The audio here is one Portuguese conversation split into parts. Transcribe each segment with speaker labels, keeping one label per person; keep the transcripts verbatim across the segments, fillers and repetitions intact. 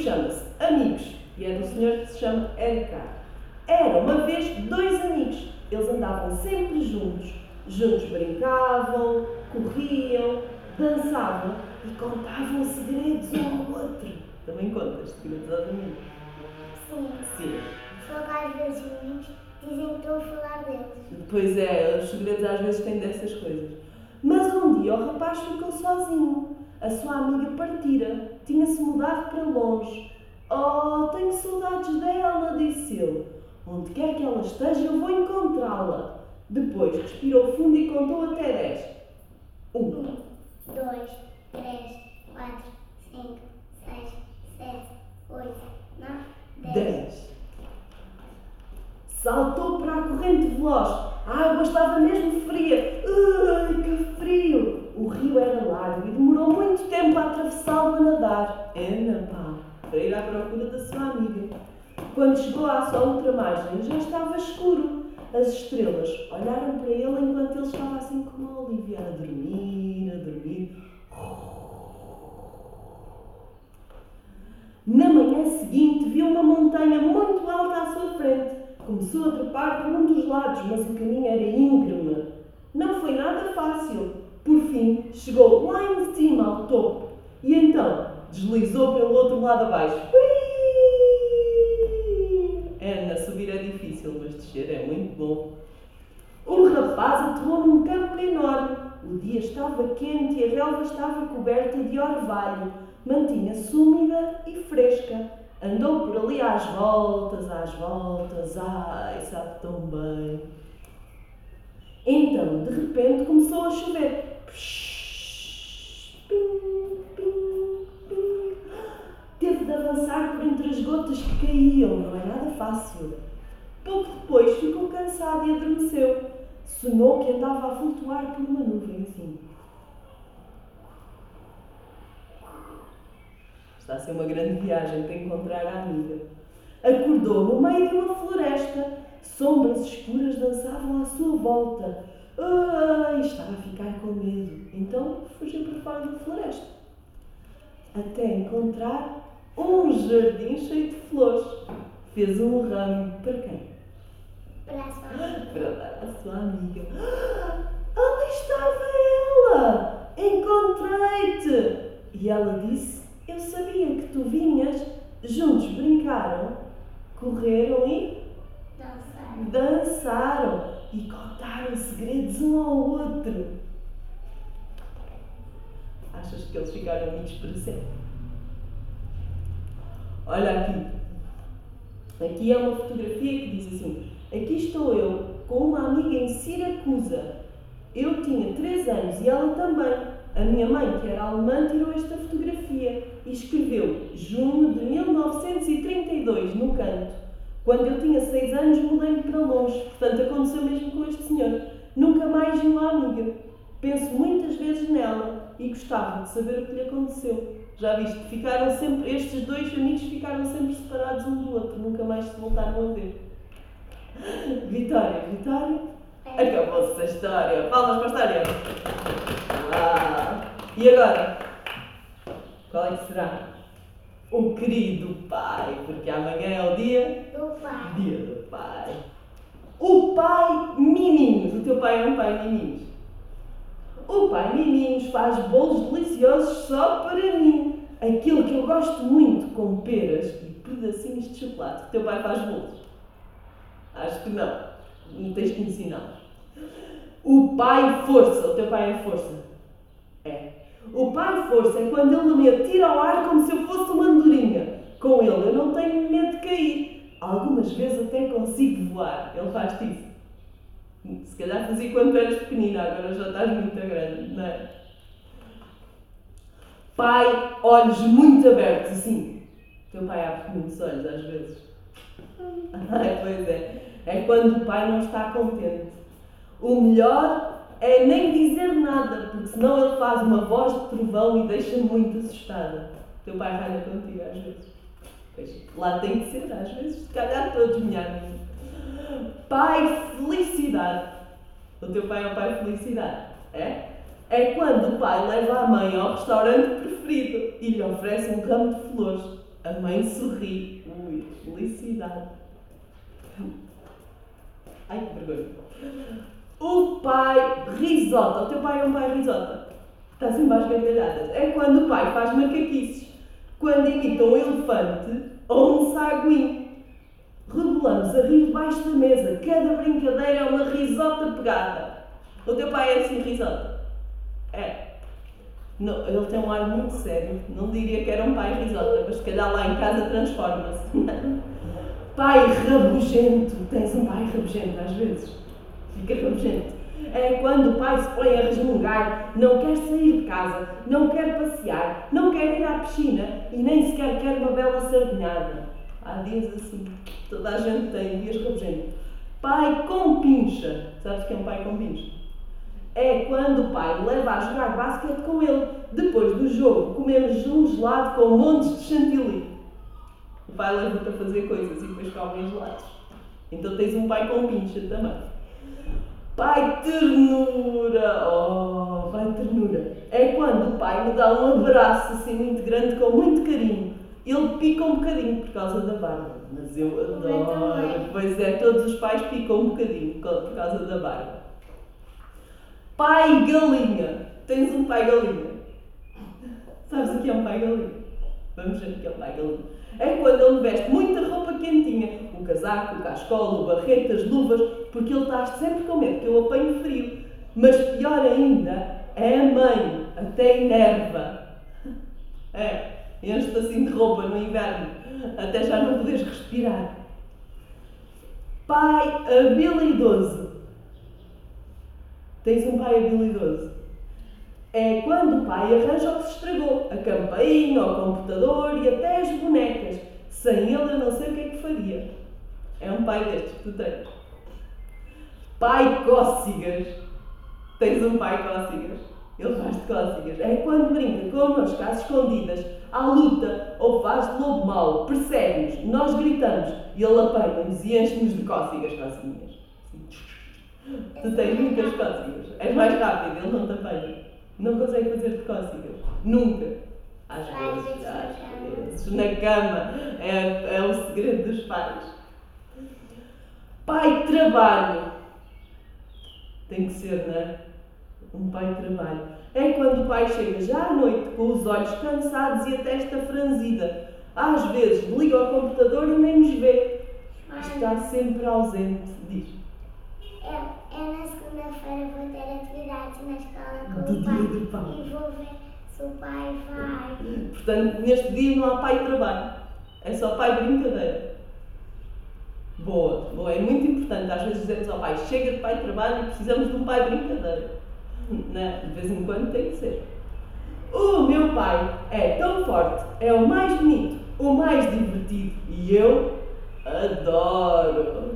Speaker 1: chama-se Amigos e é do senhor que se chama Edgar. Era uma vez dois amigos. Eles andavam sempre juntos. Juntos brincavam, corriam, dançavam e contavam segredos um ao outro. Também contas segredos aos amigos?
Speaker 2: Sim.
Speaker 1: Sim.
Speaker 2: Só que às vezes os amigos dizem que estou a falar deles.
Speaker 1: Pois é, os segredos às vezes têm dessas coisas. Mas um dia o rapaz ficou sozinho. A sua amiga partira. Tinha-se mudado para longe. Oh, tenho saudades dela, disse ele. Onde quer que ela esteja, eu vou encontrá-la. Depois respirou fundo e contou até dez. Um.
Speaker 2: Um, dois, três, quatro, cinco, seis, sete, oito, nove, dez.
Speaker 1: Dez. Saltou para a corrente veloz. A água estava mesmo fria. Ai, que frio! O rio era largo e demorou muito tempo a atravessá-lo a nadar. Ena, pá, para ir à procura da sua amiga. Quando chegou à sua outra margem, já estava escuro. As estrelas olharam para ele enquanto ele estava assim como a Olivia, a dormir, a dormir. Na manhã seguinte, viu uma montanha muito alta à sua frente. Começou a trepar por um dos lados, mas o caminho era íngreme. Não foi nada fácil. Por fim, chegou lá em cima, ao topo. E então, deslizou pelo outro lado abaixo. É, na subir é difícil, mas descer é muito bom. O rapaz aterrou num campo enorme. O dia estava quente e a relva estava coberta de orvalho. Mantinha-se úmida e fresca. Andou por ali às voltas, às voltas. Ai, sabe tão bem. Então, de repente, começou a chover. Psh, pim, pim, pim. Teve de avançar por entre as gotas que caíam. Não é nada fácil. Pouco depois ficou cansado e adormeceu. Sonou que andava a flutuar por uma nuvem assim. Está a ser uma grande viagem para encontrar a amiga. Acordou no meio de uma floresta. Sombras escuras dançavam à sua volta. Ai, estava a ficar com medo. Então fugiu para fora da floresta. Até encontrar um jardim cheio de flores. Fez um ramo para quem?
Speaker 2: Para a sua amiga.
Speaker 1: Para dar à sua amiga. Ali estava ela! Encontrei-te! E ela disse, eu sabia que tu vinhas. Juntos brincaram, correram e
Speaker 2: Dançar.
Speaker 1: dançaram e contaram segredos um ao outro. Achas que eles ficaram amigos para sempre? Olha aqui. Aqui é uma fotografia que diz assim: aqui estou eu com uma amiga em Siracusa. Eu tinha três anos e ela também. A minha mãe, que era alemã, tirou esta fotografia e escreveu junho de mil novecentos e trinta e dois no canto. Quando eu tinha seis anos mudei-me para longe. Portanto, aconteceu mesmo com este senhor. Nunca mais viu a amiga. Penso muitas vezes nela e gostava de saber o que lhe aconteceu. Já viste, ficaram sempre, estes dois amigos ficaram sempre separados um do outro. Nunca mais se voltaram a ver. Vitória, Vitória, acabou-se a história. Palmas para a história. Ah, e agora? Qual é que será? O querido pai, porque amanhã é o dia
Speaker 2: Do pai.
Speaker 1: Dia do pai. O pai Miminhos. O teu pai é um pai Miminhos. O pai Miminhos faz bolos deliciosos só para mim. Aquilo que eu gosto muito, com peras e pedacinhos de chocolate. O teu pai faz bolos? Acho que não. Não tens que me ensinar. O pai força. O teu pai é força? É. O pai força é quando ele me atira ao ar como se eu fosse uma andorinha. Com ele eu não tenho medo de cair. Algumas vezes até consigo voar. Ele faz-te isso. Se calhar fazia quando eras pequenina, agora já estás muito grande, não é? Pai, olhos muito abertos, assim. O teu pai abre muitos olhos às vezes. Ai, pois é. É quando o pai não está contente. O melhor é nem dizer nada, porque senão ele faz uma voz de trovão e deixa-me muito assustada. O teu pai ralha contigo às vezes. Pois, lá tem que ser, às vezes, se calhar todos, minha amiga. Pai felicidade. O teu pai é o pai felicidade, é? É quando o pai leva a mãe ao restaurante preferido e lhe oferece um ramo de flores. A mãe sorri. Ui, felicidade. Ai, que vergonha. O pai risota. O teu pai é um pai risota. Está sempre às gargalhadas. É quando o pai faz macaquices. Quando imita um elefante ou um saguinho. Rebolamos a rir debaixo da mesa. Cada brincadeira é uma risota pegada. O teu pai é assim risota? É. Não, ele tem um ar muito sério. Não diria que era um pai risota, mas se calhar lá em casa transforma-se. Pai rabugento. Tens um pai rabugento às vezes. Fica rabugento. É quando o pai se põe a resmungar, não quer sair de casa, não quer passear, não quer ir à piscina e nem sequer quer uma bela sardinhada. Há dias assim. Toda a gente tem dias rabugentos. Pai com pincha. Sabes o que é um pai com pincha? É quando o pai leva a jogar basquete com ele. Depois do jogo, comemos um gelado com montes de chantilly. O pai leva-te a fazer coisas e depois comem gelados. Então tens um pai com pincha também. Pai ternura. Oh, pai ternura. É quando o pai me dá um abraço assim muito grande, com muito carinho. Ele pica um bocadinho por causa da barba. Mas eu adoro. Pois é, todos os pais picam um bocadinho por causa da barba. Pai galinha. Tens um pai galinha? Sabes o que é um pai galinha? Vamos ver o que é um pai galinha. É quando ele veste muita roupa quentinha. O casaco, o cascolo, o barrete, as luvas, porque ele está sempre com medo que eu apanhe frio. Mas pior ainda, é a mãe. Até enerva. É, enche-te assim de roupa no inverno. Até já não podes respirar. Pai habilidoso. Tens um pai habilidoso? É quando o pai arranja o que se estragou. A campainha, o computador e até as bonecas. Sem ele eu não sei o que é que faria. É um pai destes que tu tens. Pai cócegas. Tens um pai cócegas? Ele faz de cócegas. É quando brinca connosco às escondidas, à luta, ou faz de lobo mau, persegue-nos, nós gritamos e ele apanha-nos e enche-nos de cócegas, coceguinhas. Tu tens muitas cócegas. És mais rápido, ele não te apanha. Não consegue fazer-te cócegas. Nunca. Às vezes, às vezes. Na cama. É, é o segredo dos pais. Pai trabalho. Tem que ser, não é? Um pai trabalho. É quando o pai chega já à noite com os olhos cansados e a testa franzida. Às vezes liga ao computador e nem nos vê. Está sempre ausente. Diz.
Speaker 2: Eu, eu na segunda-feira vou ter atividades na escola com
Speaker 1: Do
Speaker 2: o pai
Speaker 1: dia do pai.
Speaker 2: e vou ver se o pai vai.
Speaker 1: Portanto, neste dia não há pai trabalho. É só pai brincadeira. Boa, boa. É muito importante. Às vezes dizemos ao pai, chega de pai trabalho e precisamos de um pai brincadeira. Não, de vez em quando tem que ser. O meu pai é tão forte, é o mais bonito, o mais divertido e eu adoro.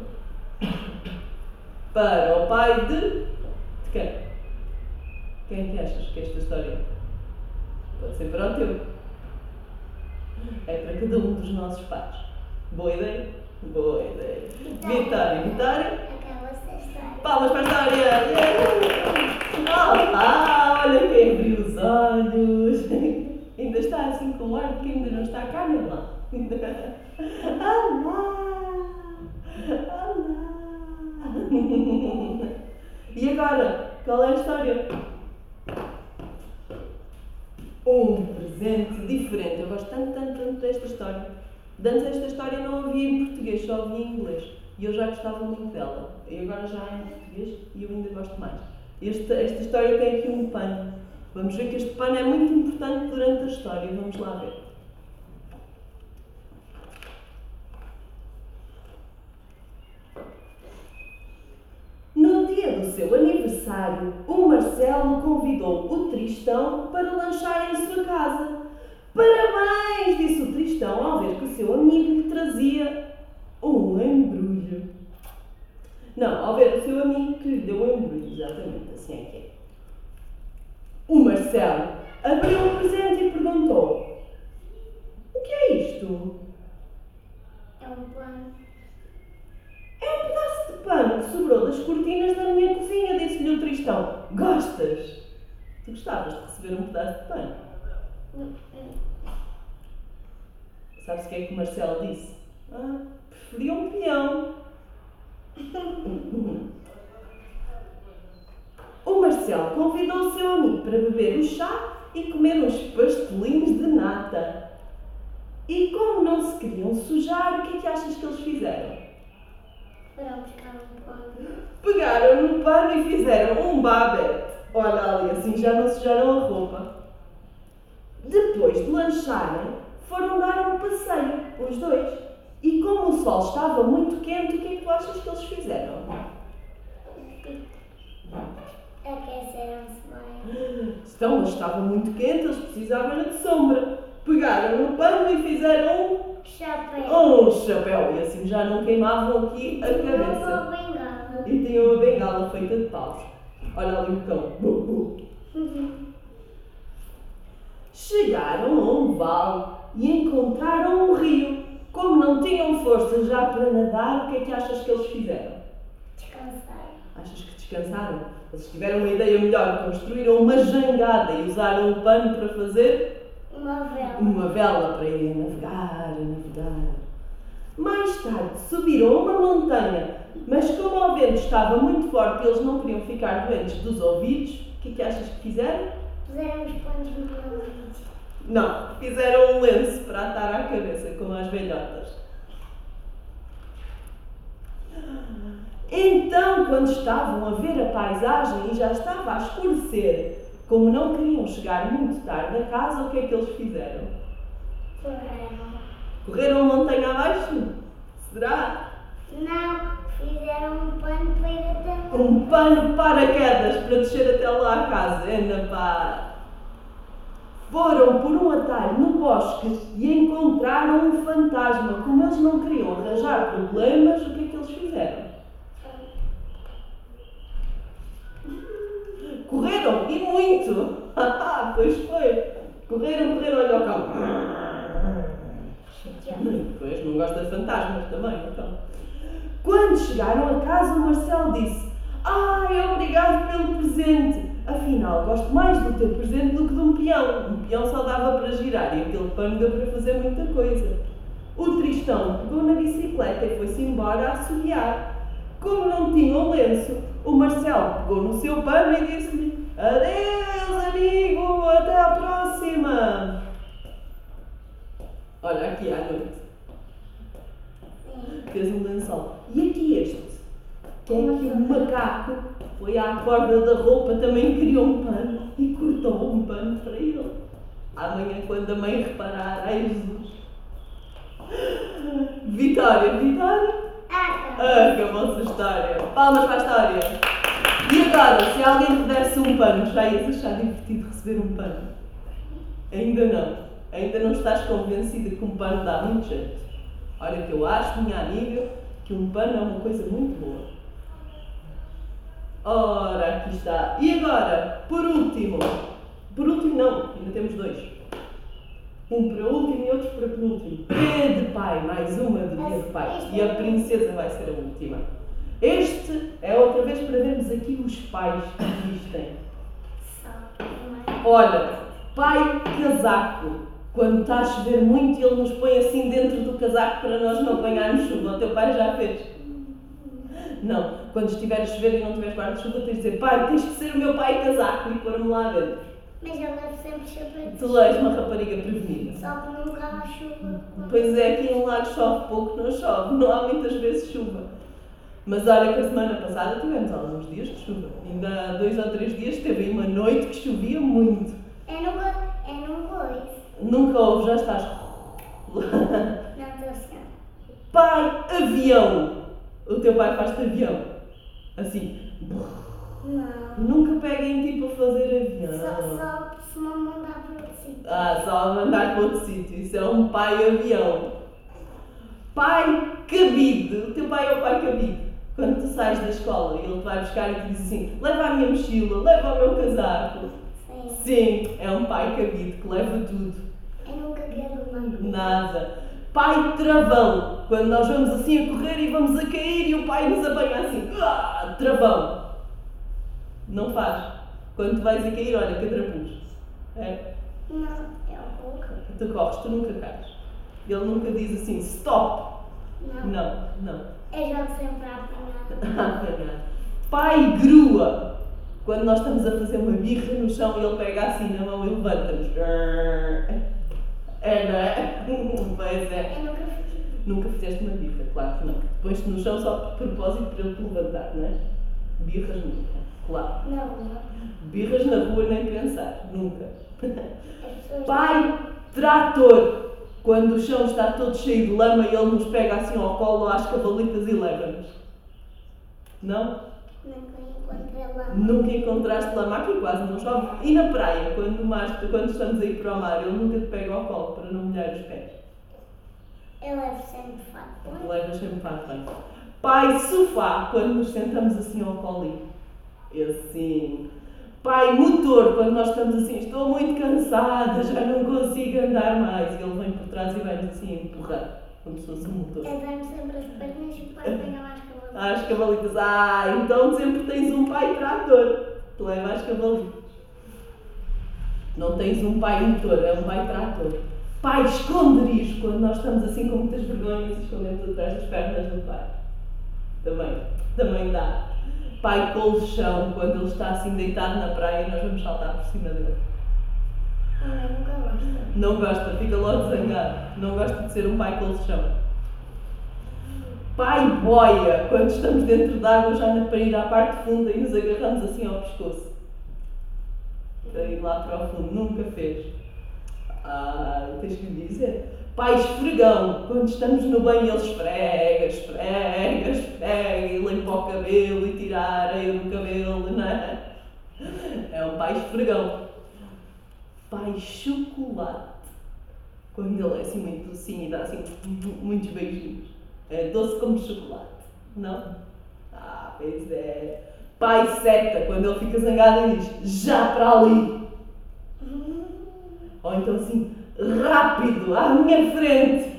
Speaker 1: Para o pai de... de quem? Quem é que achas que esta história pode ser para o teu? É para cada um dos nossos pais. Boa ideia? Boa ideia. Vitória, Vitória.
Speaker 2: Acabou-se a história.
Speaker 1: Palmas para a história! Yeah! Olá! Olha quem abriu os olhos! Ainda está assim com o ar de que ainda não está cá, meu lá. Olá! Olá! E agora, qual é a história? Um presente diferente. Eu gosto tanto, tanto, tanto desta história. Antes esta história não havia em português, só havia em inglês. E eu já gostava muito dela. E agora já há em português e eu ainda gosto mais. Esta, esta história tem aqui um pano. Vamos ver que este pano é muito importante durante a história. Vamos lá ver. No dia do seu aniversário, o Marcelo convidou o Tristão para lanchar em sua casa. Parabéns! Disse o Tristão ao ver que o seu amigo lhe trazia um embrulho. Não, ao ver o seu amigo que lhe deu um embrulho, exatamente, assim é que é. O Marcelo abriu o presente e perguntou: o que é isto?
Speaker 2: É um pano.
Speaker 1: É um pedaço de pano que sobrou das cortinas da minha cozinha, disse-lhe o Tristão. Gostas? Tu gostavas de receber um pedaço de pano? Sabes o que é que o Marcelo disse? Ah, preferia um peão. O Marcelo convidou o seu amigo para beber o chá e comer uns pastelinhos de nata. E como não se queriam sujar, o que é que achas que eles fizeram?
Speaker 2: Foram buscar um pano.
Speaker 1: Pegaram no pano e fizeram um babete. Olha ali, assim já não sujaram a roupa. Depois de lancharem, foram dar um passeio, os dois. E como o sol estava muito quente, o que é que tu achas que eles fizeram?
Speaker 2: Aqueceram-se bem.
Speaker 1: Então, mas estava muito quente, eles precisavam de sombra. Pegaram no pano e fizeram um
Speaker 2: Chapéu.
Speaker 1: um chapéu. E assim já não queimavam aqui a cabeça.
Speaker 2: Uma bengala.
Speaker 1: E tinham uma bengala feita de paus. Olha ali o cão. Bu, bu. Chegaram a um vale e encontraram um rio. Como não tinham força já para nadar, o que é que achas que eles fizeram?
Speaker 2: Descansar.
Speaker 1: Achas que descansaram? Eles tiveram uma ideia melhor, construíram uma jangada e usaram o pano para fazer
Speaker 2: Uma vela.
Speaker 1: uma vela para irem navegar, navegar. Mais tarde subiram a uma montanha, mas como o vento estava muito forte e eles não queriam ficar doentes dos ouvidos, o que é que achas que fizeram?
Speaker 2: Puseram os panos no ouvido.
Speaker 1: Não, fizeram um lenço para atar à cabeça, como as velhotas. Então, quando estavam a ver a paisagem e já estava a escurecer, como não queriam chegar muito tarde a casa, o que é que eles fizeram?
Speaker 2: Correram.
Speaker 1: Correram a montanha abaixo? Será?
Speaker 2: Não, fizeram um pano para ir até lá.
Speaker 1: Um pano de paraquedas para descer até lá à casa. Anda pá! Foram por um atalho no bosque e encontraram um fantasma. Como eles não queriam arranjar problemas, o que é que eles fizeram? Correram, e muito! Pois foi! Correram, correram, olha o cão. Pois, não gosta de fantasmas também, então. Quando chegaram a casa, o Marcelo disse: ai, obrigado pelo presente! Afinal, gosto mais do teu presente do que de um peão. Um peão só dava para girar e aquele pano deu para fazer muita coisa. O Tristão pegou na bicicleta e foi-se embora a assobiar. Como não tinha um lenço, o Marcelo pegou no seu pano e disse-lhe: adeus, amigo, até à próxima! Olha, aqui à noite. Fez um lençol. E aqui este? Que é que o macaco foi à corda da roupa, também criou um pano e cortou um pano para ele. Amanhã, quando a mãe reparar, ai Jesus! Vitória, Vitória!
Speaker 2: Ah,
Speaker 1: Acabou-se a história. Palmas para a história. E agora, se alguém te desse um pano, já ias achar divertido receber um pano? Ainda não. Ainda não estás convencida que um pano dá muito jeito. Olha que eu acho, minha amiga, que um pano é uma coisa muito boa. Ora, aqui está. E agora, por último. Por último não, ainda temos dois. Um para o último e outro para o penúltimo. Dia de pai, mais uma do dia de pai. E a princesa vai ser a última. Este é outra vez para vermos aqui os pais que existem. Olha, pai casaco. Quando está a chover muito, ele nos põe assim dentro do casaco para nós não apanharmos chuva. O teu pai já fez? Não. Quando estiver a chover e não tiveres guarda-chuva, tens de dizer: pai, tens que ser o meu pai casaco e pôr-me lá dentro.
Speaker 2: mas ele deve sempre chover.
Speaker 1: Tu és uma rapariga prevenida.
Speaker 2: Só que nunca há chuva.
Speaker 1: Pois é, aqui em Lago chove pouco, não chove. Não há muitas vezes chuva. Mas olha que a semana passada tivemos alguns dias de chuva. Ainda há dois ou três dias teve aí uma noite que chovia muito.
Speaker 2: É no é no coisa.
Speaker 1: Nunca houve, já estás.
Speaker 2: Não estou assim.
Speaker 1: Pai, avião! O teu pai faz-te avião. Assim.
Speaker 2: Não.
Speaker 1: Nunca pega em ti para fazer avião.
Speaker 2: Só, só se não mandar para outro sítio.
Speaker 1: Ah, só a mandar para outro sítio. Isso é um pai avião. Pai cabide. O teu pai é o pai cabide. Quando tu sais da escola e ele te vai buscar e te diz assim: leva a minha mochila, leva o meu casaco.
Speaker 2: Sim.
Speaker 1: Sim, é um pai cabide que leva tudo.
Speaker 2: Eu nunca quero nada.
Speaker 1: Nada. Pai travão. Quando nós vamos assim a correr e vamos a cair e o pai nos apanha assim. Ah, travão. Não faz. Quando tu vais a cair, olha, que atrapuz. É.
Speaker 2: Não, eu vou.
Speaker 1: Tu corres, tu nunca cais. Ele nunca diz assim, stop.
Speaker 2: Não.
Speaker 1: Não, não.
Speaker 2: Eu jogo sempre a apanhar.
Speaker 1: Pai grua. Quando nós estamos a fazer uma birra no chão e ele pega assim na mão e levanta-nos. É, não é? Pois é.
Speaker 2: Eu nunca fiz.
Speaker 1: Nunca fizeste uma birra, claro que não. Pões-te no chão só por propósito para ele te levantar, não é? Birras nunca, claro.
Speaker 2: Não, não.
Speaker 1: Birras na rua nem pensar, nunca.
Speaker 2: As pessoas.
Speaker 1: Pai trator. Quando o chão está todo cheio de lama e ele nos pega assim ao colo às cavalitas e leva-nos. Não?
Speaker 2: Nunca encontrei lama.
Speaker 1: Nunca encontraste lama, aqui quase não chove. E na praia, quando, mais, quando estamos a ir para o mar, ele nunca te pega ao colo para não molhar os pés.
Speaker 2: Eu levo sempre fato.
Speaker 1: Levas sempre para a frente. Pai sofá, quando nos sentamos assim ao colinho. Assim. Pai motor, quando nós estamos assim, estou muito cansada, já não consigo andar mais. E ele vem por trás e vai-nos assim empurrar, como se fosse um motor.
Speaker 2: Eu dou-me sempre as pernas e depois venho às cavalitas.
Speaker 1: Às cavalitas. Ah, então sempre tens um pai trator. Te leva às cavalitas. Não tens um pai motor, é um pai trator. Pai esconderijo, quando nós estamos assim com muitas vergonhas e escondemos atrás das pernas do pai. Também, também dá. Pai colchão, quando ele está assim deitado na praia e nós vamos saltar por cima dele.
Speaker 2: Ah, eu nunca gosto.
Speaker 1: Não gosta, fica logo zangado. Não gosta de ser um pai colchão. Pai boia, quando estamos dentro d'água já para ir à parte funda e nos agarramos assim ao pescoço. Para ir lá para o fundo, nunca fez. Ah, tens que lhe dizer. Pai esfregão, quando estamos no banho ele esfrega, esfrega, esfrega e limpa o cabelo e tira a areia do cabelo, não é? É um pai esfregão. Pai chocolate, quando ele é assim muito docinho e dá assim muitos beijinhos. É doce como chocolate, não? Ah, pois é. Pai seta, quando ele fica zangado e diz, já para ali. Ou então assim, rápido, à minha frente.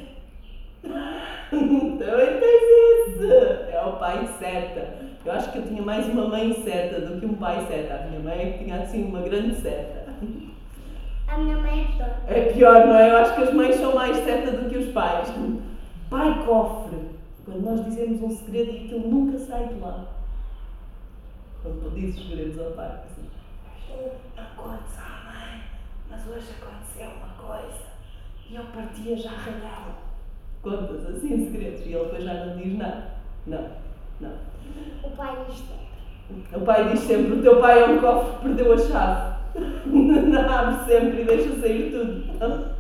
Speaker 1: Também tens esse. É o pai seta. Eu acho que eu tinha mais uma mãe seta do que um pai seta. A minha mãe é que tinha assim uma grande seta.
Speaker 2: A minha mãe é pior.
Speaker 1: É pior, não é? Eu acho que as mães são mais seta do que os pais. Pai cofre. Quando nós dizemos um segredo e aquilo nunca sai de lá. Quando tu dizes segredos ao pai, assim. Não contes à mãe, mas hoje aconteceu uma coisa e eu partia já ralhado. Contas assim segredos e ele depois já não diz nada. Não, não.
Speaker 2: O pai diz sempre.
Speaker 1: O pai diz sempre, o teu pai é um cofre que perdeu a chave. Abre sempre e deixa sair tudo.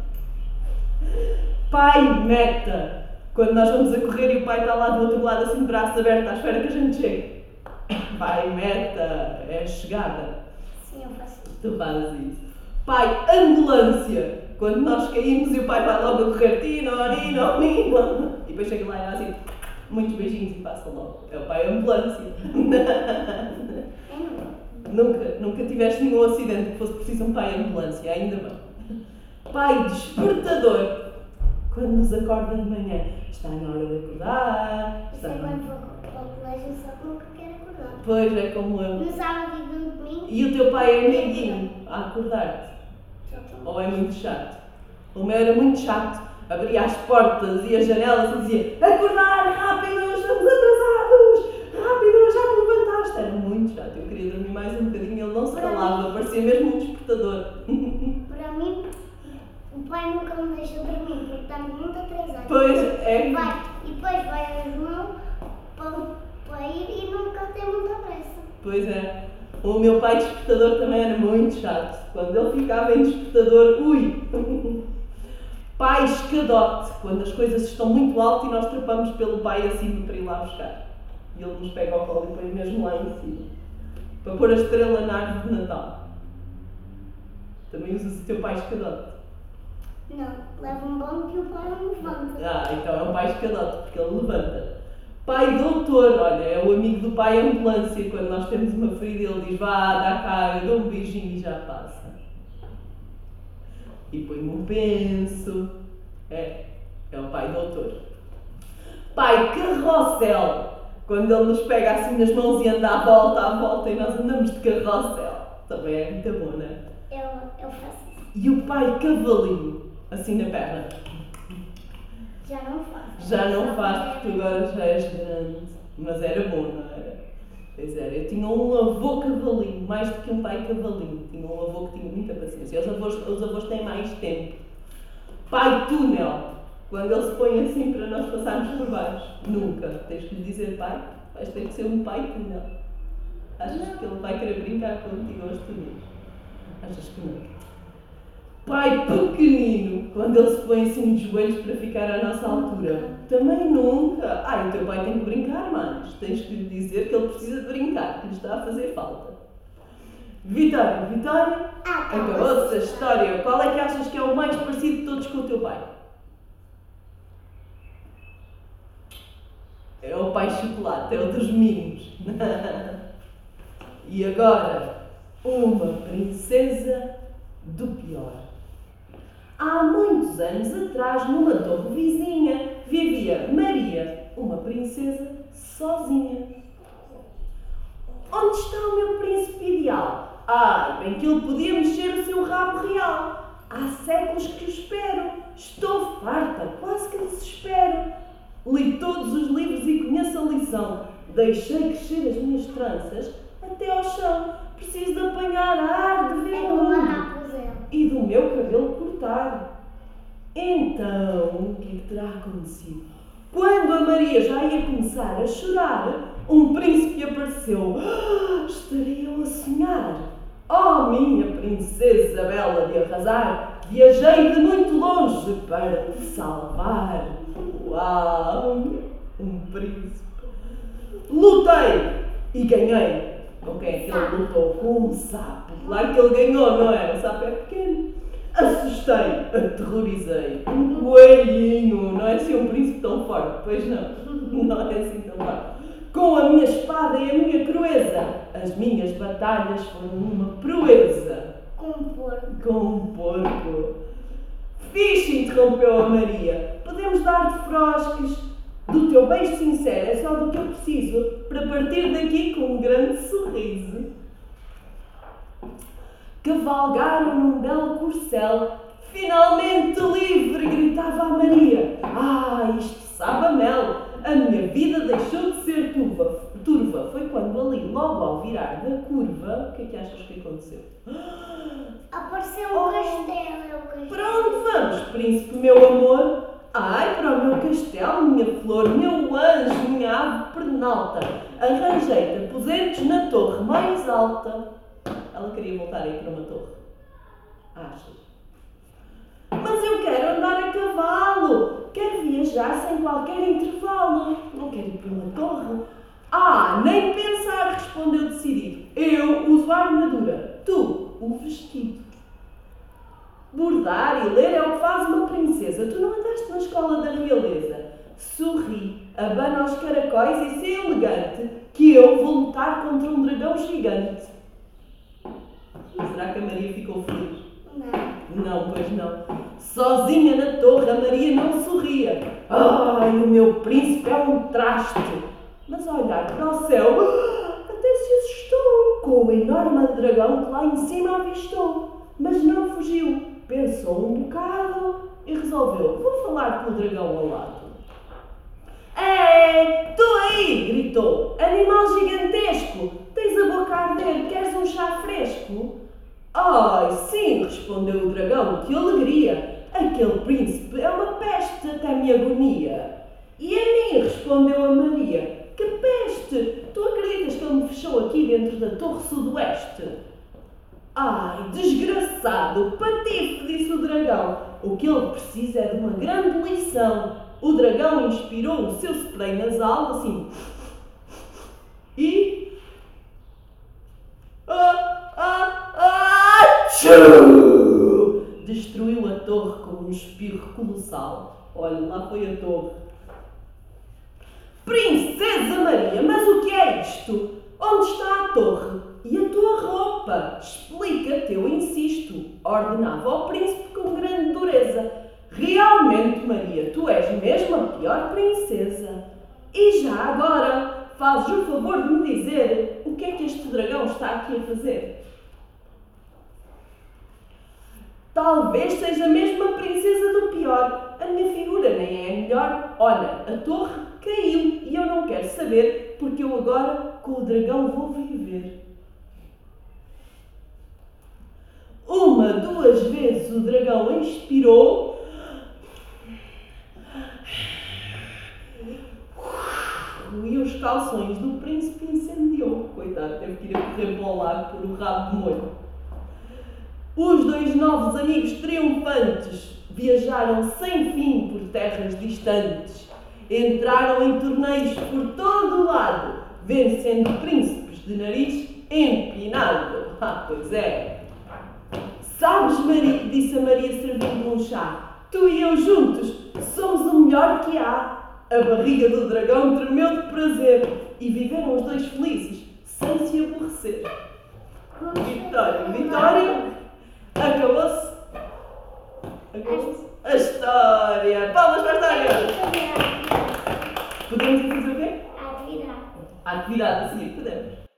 Speaker 1: Pai meta. Quando nós vamos a correr e o pai está lá do outro lado assim, braço aberto, à espera que a gente chegue. Pai meta, é chegada.
Speaker 2: Sim, eu faço isso.
Speaker 1: Tu fazes isso. Pai ambulância. Quando nós caímos e o pai vai logo a correr, tino, nino, nino. E depois chega lá e dá assim, muitos beijinhos e passa logo. É o pai ambulância.
Speaker 2: Eu não.
Speaker 1: Nunca, nunca tiveste nenhum acidente que fosse preciso um pai ambulância, ainda bem. Pai despertador. Quando nos acorda de manhã, está na hora de acordar.
Speaker 2: Isso
Speaker 1: Está
Speaker 2: é
Speaker 1: na...
Speaker 2: quando vou para o colégio, só que nunca quero acordar.
Speaker 1: Pois é como eu.
Speaker 2: No sábado e no domingo.
Speaker 1: E o teu pai é meiguinho a acordar-te?
Speaker 2: Só estou.
Speaker 1: Ou é muito chato? O meu era muito chato. Abria as portas e as janelas e dizia, acordar, rápido, estamos atrasados! Rápido, já te levantaste! Era muito chato. Eu queria dormir mais um bocadinho, ele não se calava, parecia mesmo um despertador.
Speaker 2: Para mim, o pai nunca me deixa dormir, porque estamos muito atrasados.
Speaker 1: Pois é.
Speaker 2: Vai, e depois vai ao irmão para, para ir e nunca tem muita pressa.
Speaker 1: Pois é. O meu pai despertador também era muito chato. Quando ele ficava em despertador, ui! Pai escadote, quando as coisas estão muito altas e nós trepamos pelo pai acima para ir lá buscar. E ele nos pega ao colo e põe mesmo lá em cima. Para pôr a estrela na árvore de Natal. Também usas o teu pai escadote.
Speaker 2: Não, leva um banco e o pai não levanta.
Speaker 1: Ah, então é um pai escadote, porque ele levanta. Pai doutor, olha, é o amigo do pai ambulância. Quando nós temos uma ferida, ele diz, vá, dá cá, eu dou um beijinho e já passa. E põe-me um penso. É, é o pai doutor. Pai carrossel, quando ele nos pega assim nas mãos e anda à volta, à volta, e nós andamos de carrossel. Também é muito bom, não é?
Speaker 2: Eu, eu faço isso.
Speaker 1: E o pai cavalinho, assim na perna.
Speaker 2: Já não faço.
Speaker 1: Já não faz porque tu agora já és grande. Mas era bom, não era? Pois era. Eu tinha um avô cavalinho, mais do que um pai cavalinho. Tinha um avô que tinha muita paciência. Os avós, os avós têm mais tempo. Pai túnel. Quando ele se põe assim para nós passarmos por baixo. Nunca. Tens que lhe dizer pai, vais ter que ser um pai túnel. Achas que ele vai querer brincar contigo aos túneis? Achas que não? Pai pequenino, quando ele se põe assim de joelhos para ficar à nossa altura. Também nunca. Ai, o teu pai tem que brincar mais. Tens que lhe dizer que ele precisa de brincar, que lhe está a fazer falta. Vitória, Vitória, acabou-se a história. Qual é que achas que é o mais parecido de todos com o teu pai? É o pai chocolate, é o dos mimos. E agora, uma princesa do pior. Há muitos anos atrás, numa torre vizinha, vivia Maria, uma princesa sozinha. Onde está o meu príncipe ideal? Ai, bem que ele podia mexer o seu rabo real. Há séculos que o espero. Estou farta, quase que desespero. Li todos os livros e conheço a lição. Deixei crescer as minhas tranças até ao chão. Preciso de apanhar ar de ver o mundo e do meu cabelo cortar. Então, o que é que terá acontecido? Quando a Maria já ia começar a chorar, um príncipe apareceu. Ah, estarei eu a sonhar? Oh, minha princesa bela de arrasar, viajei de muito longe para te salvar. Uau, um príncipe. Lutei e ganhei. Com quem é que ele lutou? Com um sapo. Claro que ele ganhou, não é? O sapo é pequeno. Assustei, aterrorizei. Um coelhinho. Não é assim um príncipe tão forte? Pois não. Não é assim tão forte. Com a minha espada e a minha crueza, as minhas batalhas foram uma proeza.
Speaker 2: Com um porco.
Speaker 1: Com um porco. Fixe, interrompeu a Maria. Podemos dar de frosques. Do teu beijo sincero é só do que eu preciso para partir daqui com um grande sorriso. Cavalgaram num belo corcel, finalmente livre, gritava a Maria. Ah, isto sabe a mel, a minha vida deixou de ser turva. turva. Foi quando ali, logo ao virar da curva, o que é que achas que aconteceu?
Speaker 2: Apareceu um oh, castelo.
Speaker 1: Para onde vamos, príncipe, meu amor? Ai, para o meu castelo, minha flor, meu anjo, minha ave pernalta. Arranjei-te aposentos na torre mais alta. Ela queria voltar aí para uma torre. Achas? Mas eu quero andar a cavalo. Quero viajar sem qualquer intervalo. Não quero ir para uma torre. Ah, nem pensar, respondeu decidido. Eu uso a armadura, tu o vestido. Bordar e ler é o que faz uma princesa. Tu não andaste na escola da realeza. Sorri, abana os caracóis e sê elegante, que eu vou lutar contra um dragão gigante. Será que a Maria ficou feliz?
Speaker 2: Não.
Speaker 1: Não, pois não. Sozinha na torre, a Maria não sorria. Ai, o meu príncipe é um traste. Mas a olhar para o céu, até se assustou com o enorme dragão que lá em cima avistou. Mas não fugiu. Pensou um bocado e resolveu, vou falar com o dragão ao lado. Ei, tu aí, gritou, animal gigantesco, tens a boca a arder, queres um chá fresco? Ai, sim, respondeu o dragão, que alegria, aquele príncipe é uma peste, até me agonia. E a mim, respondeu a Maria, que peste, tu acreditas que ele me fechou aqui dentro da torre sudoeste? Ai, desgraçado, patife, disse o dragão. O que ele precisa é de uma grande lição. O dragão inspirou o seu spray nasal, assim, e... Ah, ah, ah, tchuu! Destruiu a torre com um espirro colossal. Olha, lá foi a torre. Princesa Maria, mas o que é isto? Onde está a torre? E a tua roupa? Explica-te, eu insisto, ordenava ao príncipe com grande dureza. Realmente, Maria, tu és mesmo a pior princesa. E já agora, fazes o favor de me dizer o que é que este dragão está aqui a fazer? Talvez seja mesmo a princesa do pior. A minha figura nem é a melhor. Olha, a torre caiu e eu não quero saber porque eu agora com o dragão vou viver. Uma, duas vezes o dragão inspirou e os calções do príncipe incendiou. Coitado, teve que ir a correr para o lago por o rabo de molho. Os dois novos amigos triunfantes viajaram sem fim por terras distantes. Entraram em torneios por todo o lado, vencendo príncipes de nariz empinado. Ah, pois é. Sabes, Maria, disse a Maria servindo um chá, tu e eu juntos somos o melhor que há. A barriga do dragão tremeu de prazer e viveram os dois felizes, sem se aborrecer. Vitória, Vitória, acabou-se. Acabou-se a história. Palmas para a história. Podemos fazer o quê?
Speaker 2: A atividade.
Speaker 1: A atividade a seguir, podemos.